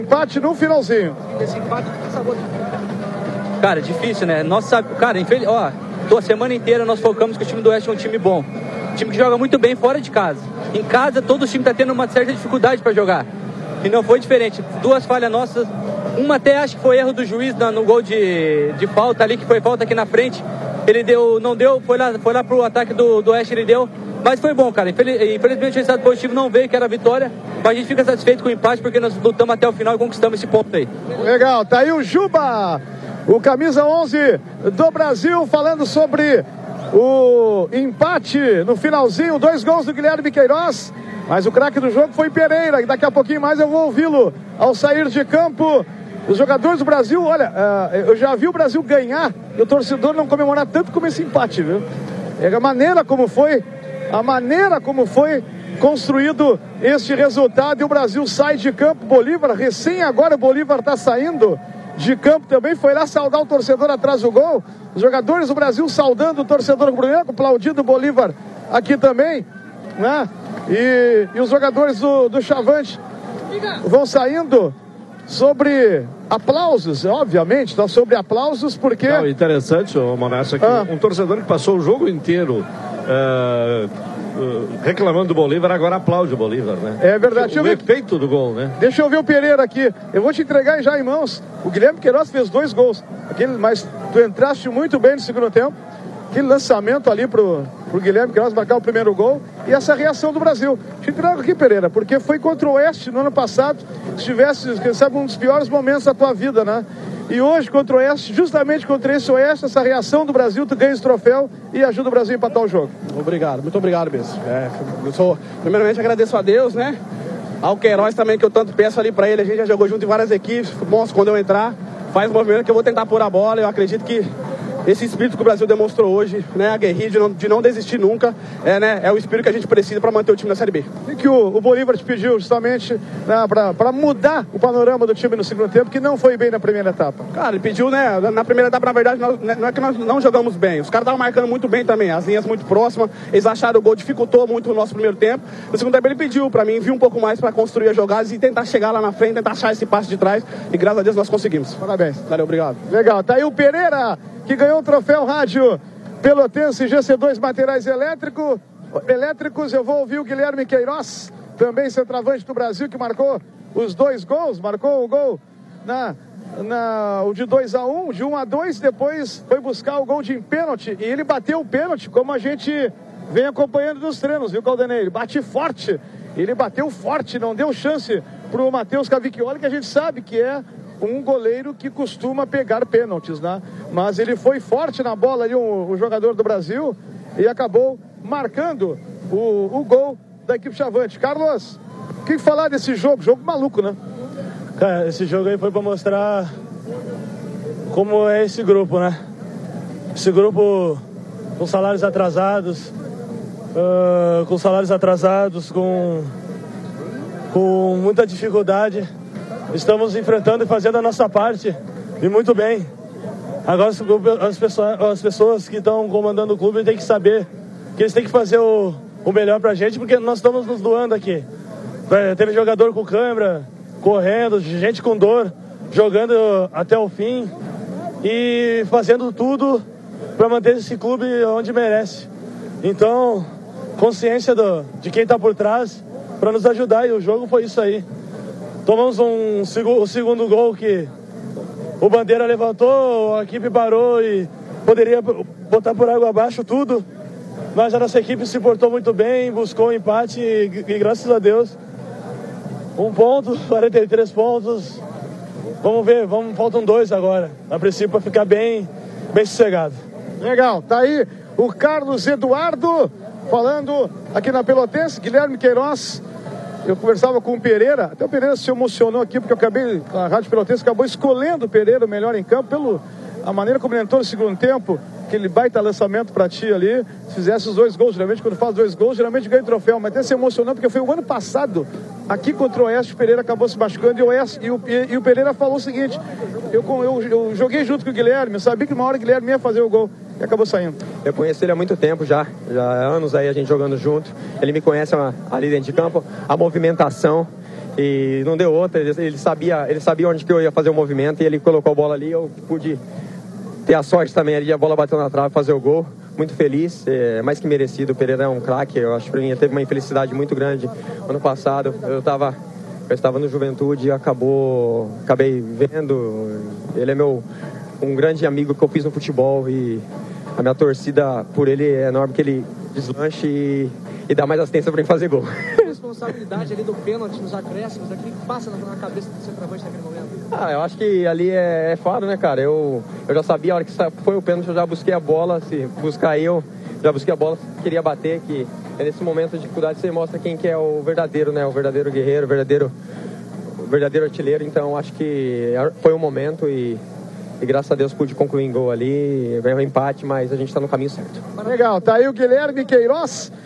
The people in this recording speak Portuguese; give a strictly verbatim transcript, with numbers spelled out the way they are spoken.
Empate no finalzinho. Esse empate sabor. Cara, difícil, né? Nossa, cara, infeliz... ó, a semana inteira nós focamos que o time do Oeste é um time bom. Um time que joga muito bem fora de casa. Em casa, todo o time tá tendo uma certa dificuldade para jogar. E não foi diferente. Duas falhas nossas. Uma até acho que foi erro do juiz no, no gol de, de falta ali, que foi falta aqui na frente. Ele deu, não deu, foi lá, foi lá pro ataque do, do Oeste, ele deu. Mas foi bom, cara. Infelizmente o resultado positivo não veio, que era a vitória. Mas a gente fica satisfeito com o empate, porque nós lutamos até o final e conquistamos esse ponto aí. Legal, tá aí o Juba, o camisa onze do Brasil, falando sobre o empate no finalzinho. Dois gols do Guilherme Queiroz, mas o craque do jogo foi Pereira. E daqui a pouquinho mais eu vou ouvi-lo ao sair de campo. Os jogadores do Brasil, olha, uh, eu já vi o Brasil ganhar e o torcedor não comemorar tanto como esse empate, viu? É a maneira como foi, a maneira como foi construído este resultado, e o Brasil sai de campo. Bolívar, recém agora o Bolívar está saindo de campo também, foi lá saudar o torcedor atrás do gol. Os jogadores do Brasil saudando o torcedor rubro-negro, aplaudindo o Bolívar aqui também, né? E, e os jogadores do, do Chavante vão saindo sobre aplausos, obviamente, tá sobre aplausos, porque... Não, interessante, ô Monassa, que ah. um torcedor que passou o jogo inteiro uh, uh, reclamando do Bolívar, agora aplaude o Bolívar, né? É verdade. O, o efeito do gol, né? Deixa eu ver o Pereira aqui. Eu vou te entregar já em mãos. O Guilherme Queiroz fez dois gols. Aquele, mas tu entraste muito bem no segundo tempo. Aquele lançamento ali pro, pro Guilherme Queiroz marcar o primeiro gol. E essa reação do Brasil. Te entrego aqui, Pereira, porque foi contra o Oeste no ano passado. Se tivesse, quem sabe, um dos piores momentos da tua vida, né? E hoje, contra o Oeste, justamente contra esse Oeste, essa reação do Brasil, tu ganha esse troféu e ajuda o Brasil a empatar o jogo. Obrigado, muito obrigado mesmo. É, eu sou, primeiramente, agradeço a Deus, né? Ao Queiroz também, que eu tanto peço ali pra ele. A gente já jogou junto em várias equipes. Mostra quando eu entrar, faz o movimento que eu vou tentar pôr a bola. Eu acredito que esse espírito que o Brasil demonstrou hoje, né, aguerrido, de não, de não desistir nunca, é, né, é o espírito que a gente precisa para manter o time na Série B. E que o, o Bolívar te pediu justamente, né, para mudar o panorama do time no segundo tempo, que não foi bem na primeira etapa. Cara, ele pediu, né, na primeira etapa, na verdade, nós, não é que nós não jogamos bem, os caras estavam marcando muito bem também, as linhas muito próximas, eles acharam o gol, dificultou muito o nosso primeiro tempo. No segundo tempo ele pediu para mim vir um pouco mais para construir as jogadas e tentar chegar lá na frente, tentar achar esse passe de trás, e graças a Deus nós conseguimos. Parabéns. Valeu, obrigado. Legal, tá aí o Pereira, que ganhou o troféu Rádio Pelotense G C dois Materiais Elétrico, Elétricos. Eu vou ouvir o Guilherme Queiroz, também centroavante do Brasil, que marcou os dois gols, marcou o gol na, na, o de dois a um, de um a dois, depois foi buscar o gol de pênalti, e ele bateu o pênalti, como a gente vem acompanhando nos treinos, viu, Caldenei? Ele bate forte, ele bateu forte, não deu chance pro Matheus Cavicchioli, que a gente sabe que é um goleiro que costuma pegar pênaltis, né? Mas ele foi forte na bola ali, o, o jogador do Brasil, e acabou marcando o, o gol da equipe Chavante. Carlos, o que falar desse jogo? Jogo maluco, né? Cara, esse jogo aí foi pra mostrar como é esse grupo, né? Esse grupo com salários atrasados, uh, com salários atrasados, com, com muita dificuldade. Estamos enfrentando e fazendo a nossa parte, e muito bem. Agora as pessoas, as pessoas que estão comandando o clube têm que saber que eles têm que fazer o, o melhor pra gente, porque nós estamos nos doando aqui. Teve jogador com câimbra, correndo, gente com dor, jogando até o fim e fazendo tudo para manter esse clube onde merece. Então, consciência do, de quem está por trás para nos ajudar, e o jogo foi isso aí. Tomamos um, o segundo gol que o Bandeira levantou, a equipe parou e poderia botar por água abaixo tudo, mas a nossa equipe se portou muito bem, buscou um empate e, e graças a Deus, um ponto, quarenta e três pontos. Vamos ver, vamos, faltam dois agora, a princípio, para ficar bem, bem sossegado. Legal, tá aí o Carlos Eduardo falando aqui na Pelotense. Guilherme Queiroz. Eu conversava com o Pereira, até o Pereira se emocionou aqui, porque eu acabei, a Rádio Pelotense acabou escolhendo o Pereira o melhor em campo, pelo a maneira como ele entrou no segundo tempo, aquele baita lançamento pra ti ali, se fizesse os dois gols, geralmente quando faz dois gols, geralmente ganha o troféu, mas até se emocionou, porque foi o ano passado, aqui contra o Oeste, o Pereira acabou se machucando, e o, Oeste, e o, e, e o Pereira falou o seguinte, eu, eu, eu joguei junto com o Guilherme, eu sabia que uma hora o Guilherme ia fazer o gol, e acabou saindo. Eu conheço ele há muito tempo já, já há anos aí a gente jogando junto. Ele me conhece ali dentro de campo, a movimentação. e não deu outra. Ele, ele, sabia, ele sabia onde que eu ia fazer o movimento e ele colocou a bola ali. Eu pude ter a sorte também ali, a bola bateu na trave, fazer o gol. Muito feliz, é mais que merecido. O Pereira é um craque. Eu acho que para mim ele teve uma infelicidade muito grande ano passado. Eu estava eu estava no Juventude e acabou, acabei vendo. Ele é meu um grande amigo que eu fiz no futebol e a minha torcida por ele é enorme, que ele deslanche e, e dá mais assistência para mim fazer gol. A responsabilidade ali do pênalti nos acréscimos, o que passa na cabeça do centroavante naquele momento? Ah, eu acho que ali é, é faro, né, cara? Eu, eu já sabia, a hora que foi o pênalti, eu já busquei a bola. Se buscar eu, já busquei a bola, queria bater, que é nesse momento de dificuldade você mostra quem que é o verdadeiro, né? O verdadeiro guerreiro, o verdadeiro, o verdadeiro artilheiro. Então, acho que foi o momento e... E graças a Deus pude concluir em gol ali, veio um empate, mas a gente está no caminho certo. Legal, tá aí o Guilherme Queiroz.